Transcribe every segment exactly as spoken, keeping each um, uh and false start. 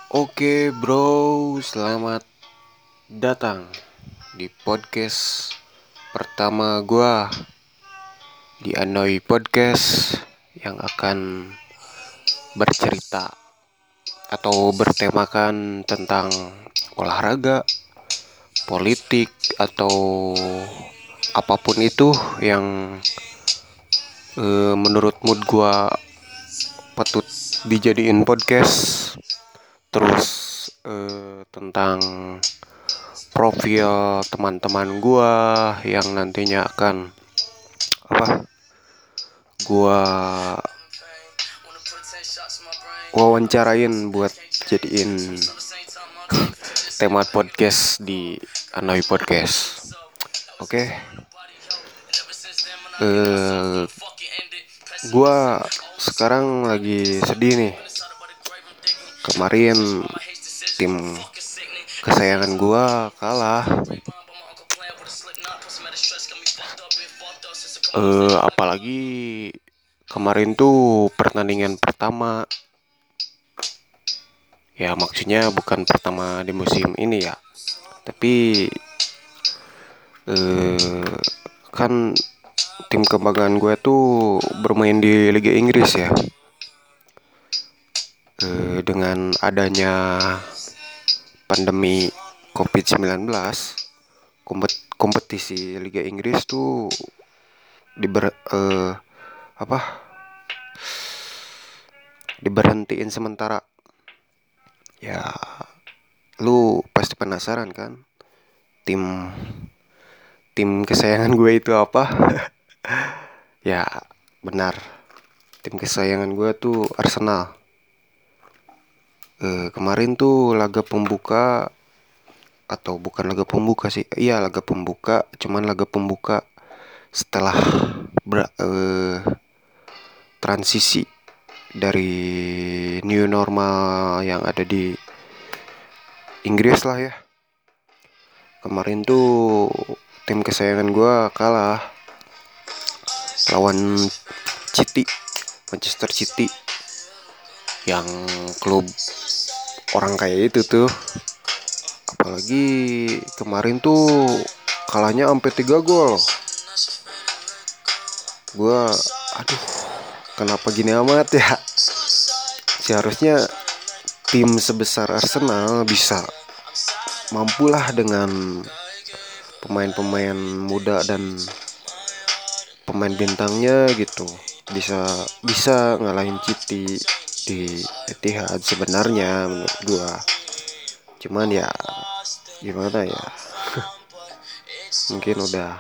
Oke bro, selamat datang di podcast pertama gua di Anoi Podcast yang akan bercerita atau bertemakan tentang olahraga, politik, atau apapun itu yang eh, menurut mood gua patut dijadiin podcast. Terus eh, tentang profil teman-teman gua yang nantinya akan apa gua wawancarain buat jadiin tema podcast di Anoi Podcast. Oke. Eh gua sekarang lagi sedih nih. Kemarin tim kesayangan gua kalah. Eh apalagi kemarin tuh pertandingan pertama. Ya maksudnya bukan pertama di musim ini ya. Tapi eh kan tim kebanggaan gue tuh bermain di Liga Inggris ya. Eh dengan adanya pandemi covid sembilan belas, kompet- kompetisi Liga Inggris tuh diber eh, apa diberhentiin sementara. Ya, lu pasti penasaran kan? Tim tim kesayangan gue itu apa? Ya, benar. Tim kesayangan gue tuh Arsenal. Eh, kemarin tuh laga pembuka atau bukan laga pembuka sih? Iya, laga pembuka. Cuman laga pembuka setelah ber, eh, transisi dari new normal yang ada di Inggris lah ya. Kemarin tuh tim kesayangan gue kalah lawan City, Manchester City, yang klub orang kaya itu tuh. Apalagi kemarin tuh kalahnya sampai tiga gol. Gua aduh, kenapa gini amat ya? Seharusnya tim sebesar Arsenal bisa mampulah dengan pemain-pemain muda dan pemain bintangnya gitu. Bisa bisa ngalahin City di Etihad sebenarnya menurut gua. Cuman ya gimana ya? Mungkin udah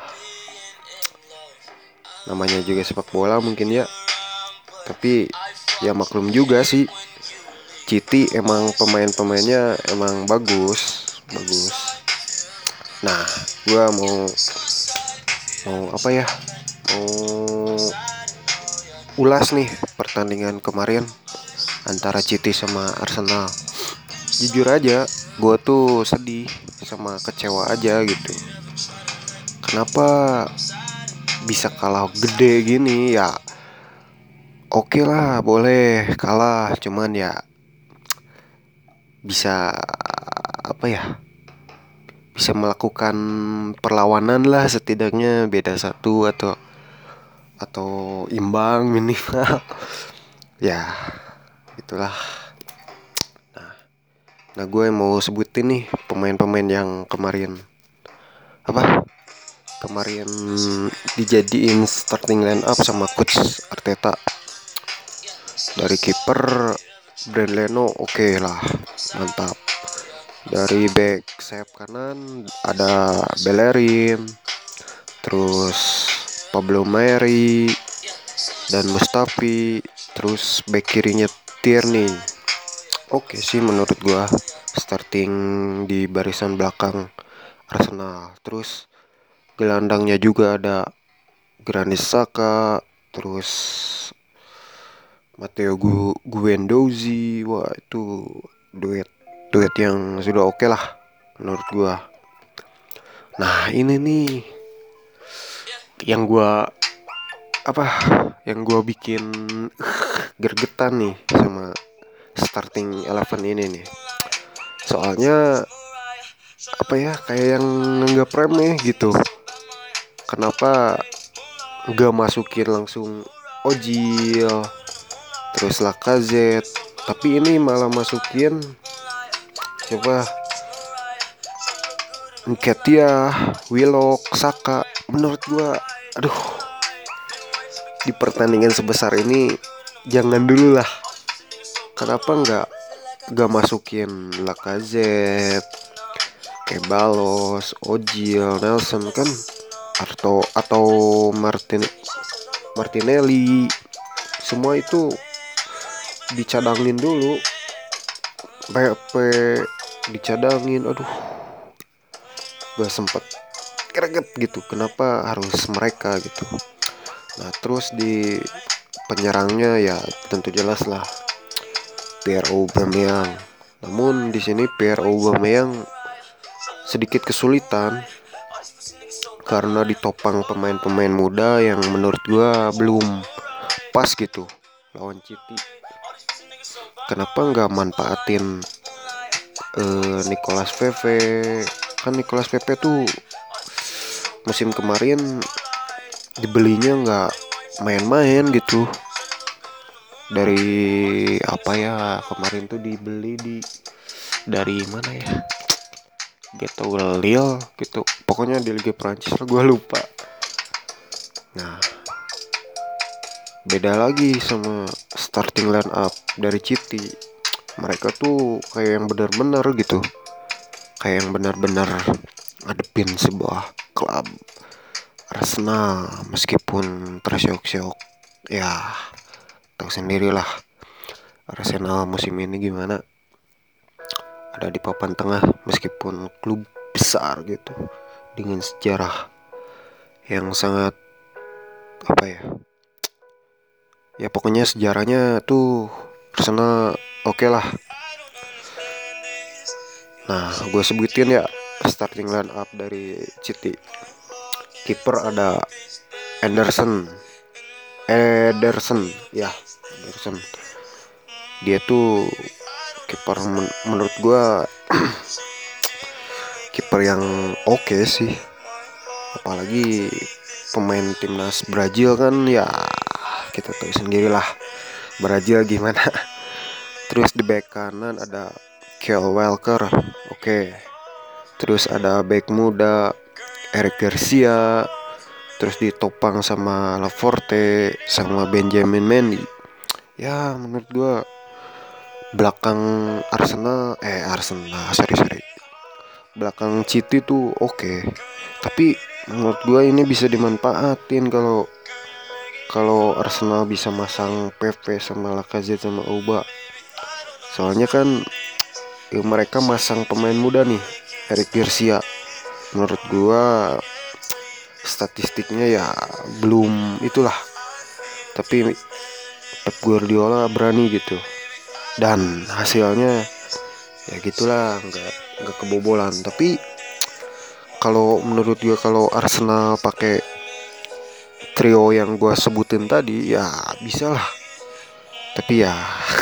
namanya juga sepak bola mungkin ya. Tapi ya maklum juga sih. City emang pemain-pemainnya emang bagus, bagus. Nah, gua mau mau apa ya? Mau ulas nih pertandingan kemarin antara City sama Arsenal. Jujur aja, gua tuh sedih sama kecewa aja gitu. Kenapa bisa kalah gede gini ya? Oke lah, boleh kalah, cuman ya bisa apa ya? Bisa melakukan perlawanan lah setidaknya, beda satu atau atau imbang minimal. Ya, itulah. Nah, nah gue mau sebutin nih pemain-pemain yang kemarin apa? Kemarin dijadiin starting line up sama coach Arteta. Dari kiper Brand Leno oke okay lah, mantap. Dari back sayap kanan ada Bellerin, terus Pablo Mari dan Mustafi, terus back kirinya Tierney. Oke sih menurut gua starting di barisan belakang Arsenal. Terus gelandangnya juga ada Granit Xhaka, terus Matteo Gu- Guendouzi. Wah, itu duet duet yang sudah oke okay lah menurut gua. Nah, ini nih yang gua apa yang gua bikin uh, gergetan nih sama starting eleven ini nih. Soalnya apa ya, kayak yang nganggap remeh gitu. Kenapa gak masukin langsung Ojil, terus Lacazette, tapi ini malah masukin coba Nketiah, Willock, Saka. Menurut gua, aduh, di pertandingan sebesar ini jangan dulu lah. Kenapa nggak nggak masukin Lacazette, Ceballos, Ojil, Nelson kan, atau atau Martin Martinelli, semua itu dicadangin dulu. P P dicadangin, aduh, gue sempet greget gitu, kenapa harus mereka gitu. Nah terus di penyerangnya ya tentu jelas lah Pierre Aubameyang. Namun di sini Pierre Aubameyang sedikit kesulitan karena ditopang pemain-pemain muda yang menurut gua belum pas gitu lawan City. Kenapa nggak manfaatin uh, Nicolas Pepe? Kan Nicolas Pepe tuh musim kemarin dibelinya nggak main-main gitu. Dari apa ya, kemarin tuh dibeli di dari mana ya, gitu Lille gitu, pokoknya di Liga Prancis lah, gue lupa. Nah beda lagi sama starting line up dari City. Mereka tuh kayak yang benar-benar gitu, kayak yang benar-benar ngadepin sebuah klub Arsenal meskipun tersyok-syok. Ya tahu sendirilah Arsenal musim ini gimana, ada di papan tengah meskipun klub besar gitu dengan sejarah yang sangat apa ya, ya pokoknya sejarahnya tuh Arsenal oke okay lah. Nah gue sebutin ya starting line up dari City. Kiper ada Anderson Ederson ya Ederson. Dia tuh kiper men- menurut gue kiper yang oke okay sih, apalagi pemain timnas Brazil kan ya, kita tahu sendirilah Brazil gimana. Terus di back kanan ada Kyle Walker, oke okay. Terus ada back muda Eric Garcia, terus ditopang sama Laporte sama Benjamin Mendy. Ya menurut gua belakang Arsenal eh Arsenal sorry sorry belakang City tuh oke okay. Tapi menurut gua ini bisa dimanfaatin kalau kalau Arsenal bisa masang Pepe sama Lacazette sama Auba. Soalnya kan ya, mereka masang pemain muda nih, Eric Garcia. Menurut gua statistiknya ya belum itulah, tapi Pep Guardiola berani gitu, dan hasilnya ya gitulah, nggak nggak kebobolan. Tapi kalau menurut gue kalau Arsenal pakai trio yang gue sebutin tadi ya bisa lah, tapi ya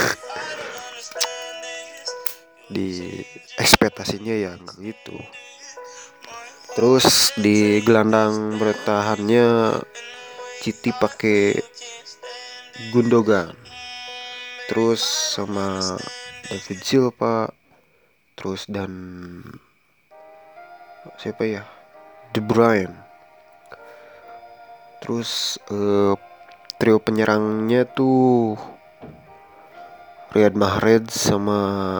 di ekspektasinya ya nggak gitu. Terus di gelandang bertahannya City pakai Gundogan, terus sama David Silva, terus dan siapa ya, De Bruyne. Terus eh, trio penyerangnya tuh Riyad Mahrez sama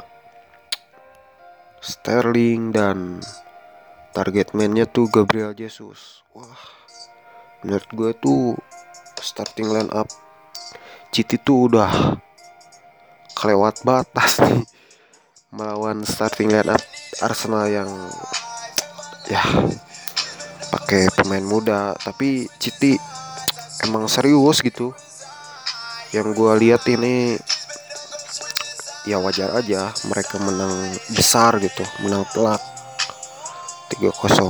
Sterling, dan target man-nya tuh Gabriel Jesus. Wah, menurut gue tuh starting line up City tuh udah kelewat batas nih melawan starting line up Arsenal yang ya pakai pemain muda. Tapi City emang serius gitu. Yang gue lihat ini ya wajar aja mereka menang besar gitu, menang telak tiga kosong.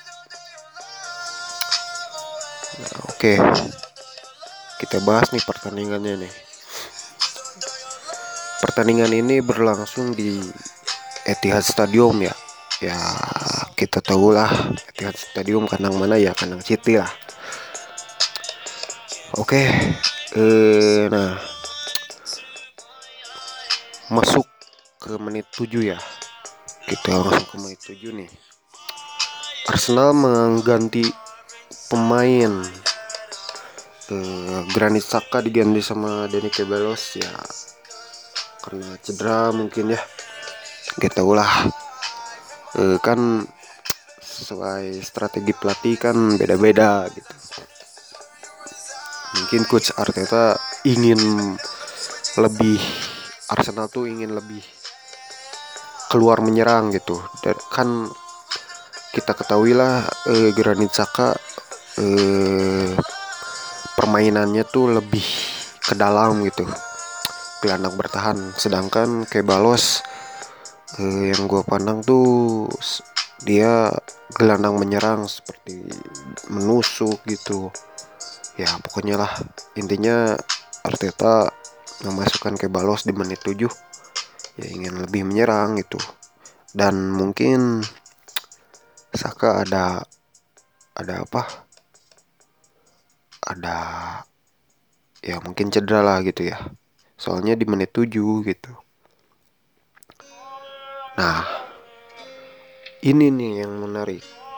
Nah, oke. Okay. Kita bahas nih pertandingannya nih. Pertandingan ini berlangsung di Etihad Stadium ya. Ya kita tahu lah Etihad Stadium kandang mana ya, kandang City lah. Oke, eh, nah masuk ke menit tujuh ya. Kita langsung ke menit tujuh nih. Arsenal mengganti pemain. eh, Granit Xhaka diganti sama Dani Ceballos ya, karena cedera mungkin ya. Gak tau lah. Eh, kan sesuai strategi pelatih kan beda-beda gitu. Mungkin coach Arteta ingin lebih, Arsenal tuh ingin lebih keluar menyerang gitu. Dan kan kita ketahui lah eh, Granit Xhaka eh, permainannya tuh lebih ke dalam gitu, gelandang bertahan. Sedangkan Ceballos eh, yang gue pandang tuh dia gelandang menyerang seperti menusuk gitu. Ya pokoknya lah, intinya Arteta memasukkan Ceballos di menit tujuh ya ingin lebih menyerang gitu. Dan mungkin Saka ada ada apa? Ada ya mungkin cedera lah gitu ya. Soalnya di menit tujuh gitu. Nah, ini nih yang menarik.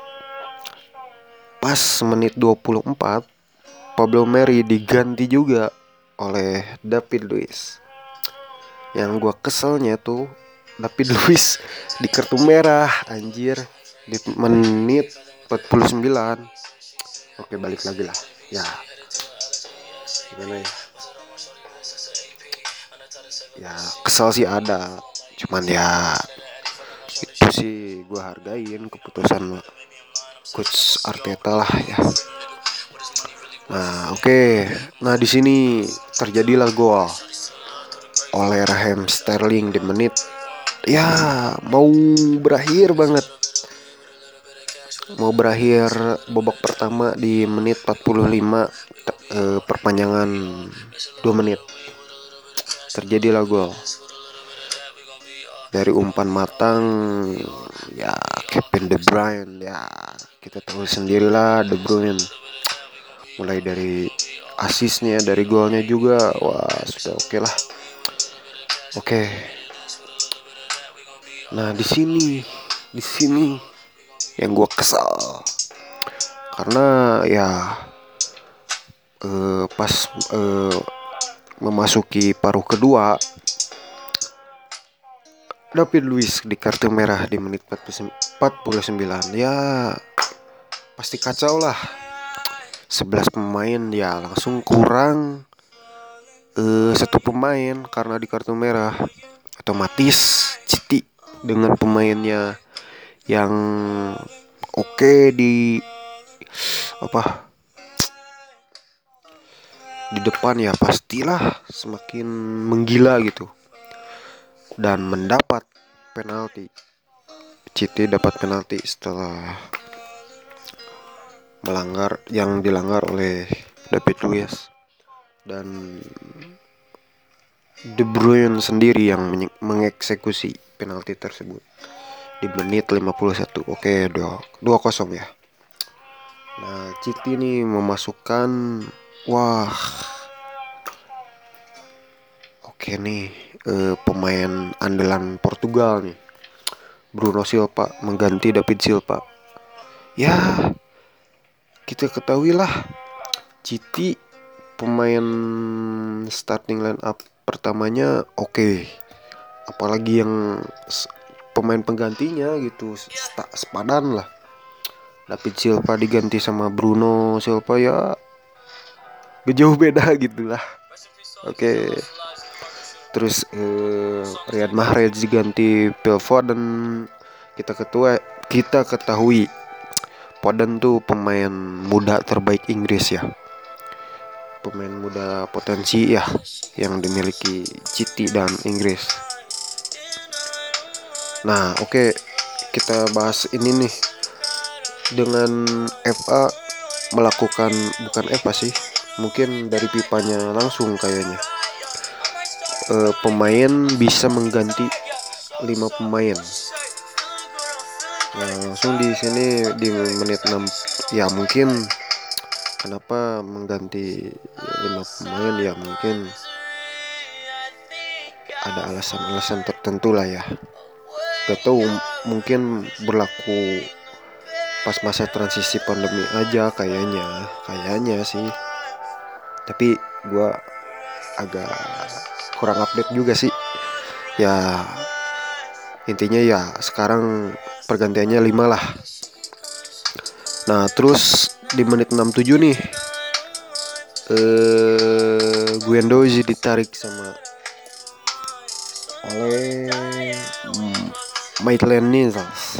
Pas menit dua puluh empat Pablo Mari diganti juga oleh David Luiz. Yang gua keselnya tuh David Luiz di kartu merah anjir di menit empat puluh sembilan. Oke, balik lagi lah. Ya. Gimana ya? Ya kesel sih ada. Cuman ya itu sih gua hargain keputusan coach Arteta lah ya. Nah, oke. Okay. Nah, di sini terjadilah gol oleh Raheem Sterling di menit ya mau berakhir banget. Mau berakhir babak pertama di menit empat puluh lima, eh, perpanjangan dua menit. Terjadilah gol dari umpan matang ya Kevin De Bruyne ya. Kita tahu sendirilah De Bruyne. Mulai dari asisnya, dari golnya juga, wah sudah oke okay lah. Oke. Okay. Nah di sini, di sini yang gue kesal karena ya eh, pas eh, memasuki paruh kedua David Luiz di kartu merah di menit empat puluh sembilan. Ya pasti kacau lah. sebelas pemain ya langsung kurang uh, satu pemain karena di kartu merah. Otomatis City dengan pemainnya yang oke okay di apa di depan ya pastilah semakin menggila gitu. Dan mendapat penalti. City dapat penalti setelah melanggar yang dilanggar oleh David Luiz, dan De Bruyne sendiri yang mengeksekusi penalti tersebut di menit lima puluh satu. Oke, dua kosong ya. Nah, City nih memasukkan wah. Oke nih, eh, pemain andalan Portugal nih. Bruno Silva mengganti David Silva. Ya, kita ketahui lah City pemain starting line up pertamanya oke okay. Apalagi yang pemain penggantinya gitu sepadan lah. David Silva diganti sama Bruno Silva ya gak jauh beda gitulah. Oke okay. Terus eh, Riyad Mahrez diganti Phil Foden. Kita ketua kita ketahui Foden tuh pemain muda terbaik Inggris ya. Pemain muda potensi ya yang dimiliki City dan Inggris. Nah, oke, okay, kita bahas ini nih. Dengan F A melakukan bukan F A sih, mungkin dari pipanya langsung kayaknya. E, pemain bisa mengganti lima pemain. Nah, langsung di sini di menit enam ya mungkin kenapa mengganti lima pemain ya mungkin ada alasan-alasan tertentu lah ya. Gak tahu mungkin berlaku pas masa transisi pandemi aja kayaknya, kayaknya sih. Tapi gue agak kurang update juga sih. Ya intinya ya sekarang pergantiannya lima lah. Nah terus di menit enam puluh tujuh nih eh, Guendouzi ditarik sama oleh mm, Maitland Niles.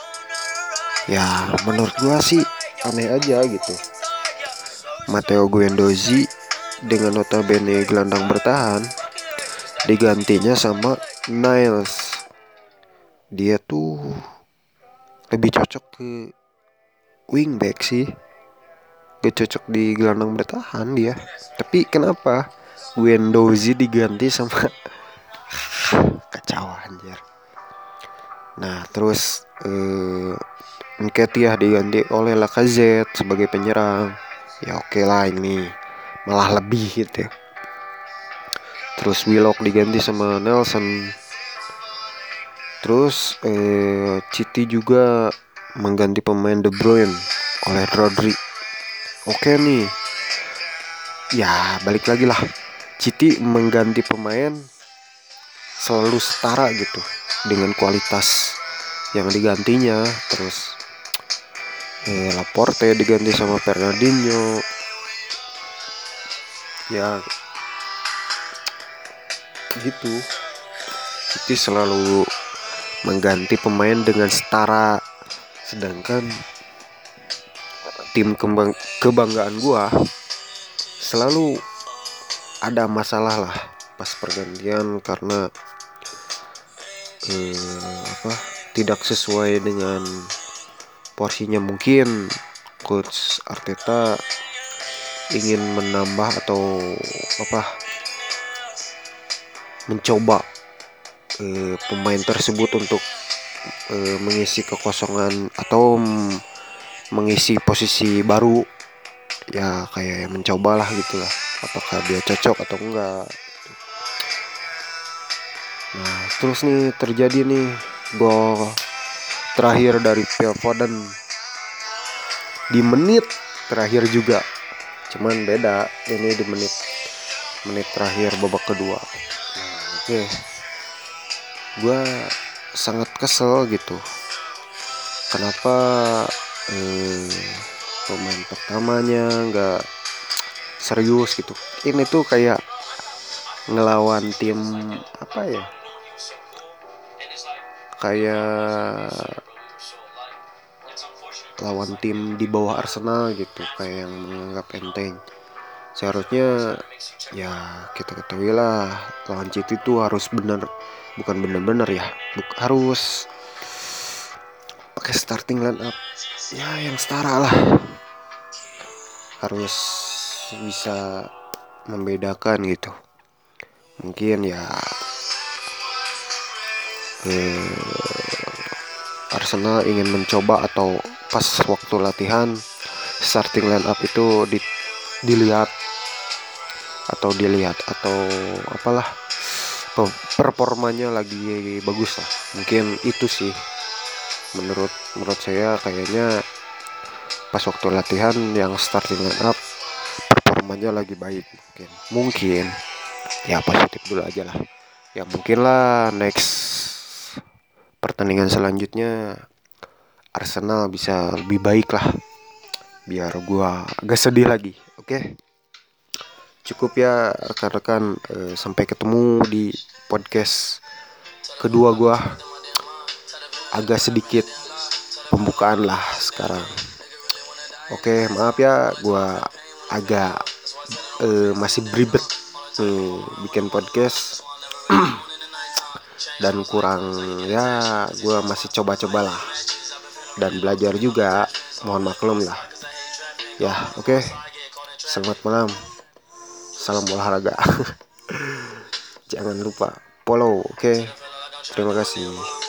Ya menurut gua sih aneh aja gitu. Matteo Guendouzi dengan notabene gelandang bertahan digantinya sama Niles. Dia tuh lebih cocok ke wingback sih. Gak cocok di gelandang bertahan dia. Tapi kenapa Guendouzi diganti sama kacau anjir. Nah terus eh, Nketiah diganti oleh Lacazette sebagai penyerang. Ya oke lah ini malah lebih gitu ya. Terus Willock diganti sama Nelson. Terus eh, City juga mengganti pemain De Bruyne oleh Rodri. Oke nih. Ya balik lagi lah. City mengganti pemain selalu setara gitu dengan kualitas yang digantinya. Terus eh, Laporte diganti sama Fernandinho. Ya gitu. City selalu mengganti pemain dengan setara. Sedangkan tim kembang kebanggaan gua selalu ada masalah lah pas pergantian karena eh, apa tidak sesuai dengan porsinya. Mungkin coach Arteta ingin menambah atau apa mencoba eh, pemain tersebut untuk eh, mengisi kekosongan atau m- mengisi posisi baru ya kayak mencobalah gitulah apakah dia cocok atau enggak. Nah terus nih terjadi nih gol terakhir dari Phil Foden di menit terakhir juga, cuman beda ini di menit menit terakhir babak kedua. Nah, oke okay. Gue sangat kesel gitu kenapa eh, pemain pertamanya nggak serius gitu. Ini tuh kayak ngelawan tim apa ya, kayak lawan tim di bawah Arsenal gitu, kayak yang menganggap enteng. Seharusnya ya kita ketahui lah lawan City itu harus benar, bukan benar-benar ya, Buk, harus pakai starting line up ya yang setara lah, harus bisa membedakan gitu. Mungkin ya eh, Arsenal ingin mencoba atau pas waktu latihan starting line up itu di, dilihat atau dilihat atau apalah performanya lagi bagus lah. Mungkin itu sih menurut menurut saya kayaknya pas waktu latihan yang starting line up performanya lagi baik. Mungkin mungkin ya positif dulu aja lah. Ya mungkin lah next pertandingan selanjutnya Arsenal bisa lebih baik lah, biar gua agak sedih lagi. Oke okay? Cukup ya rekan-rekan, eh, sampai ketemu di podcast kedua gua. Agak sedikit pembukaan lah sekarang. Oke okay, maaf ya gua agak eh, masih beribet nih bikin podcast dan kurang ya, gua masih coba-coba lah dan belajar juga, mohon maklum lah ya. Oke okay. Selamat malam, salam olahraga. Jangan lupa follow, oke okay? Terima kasih.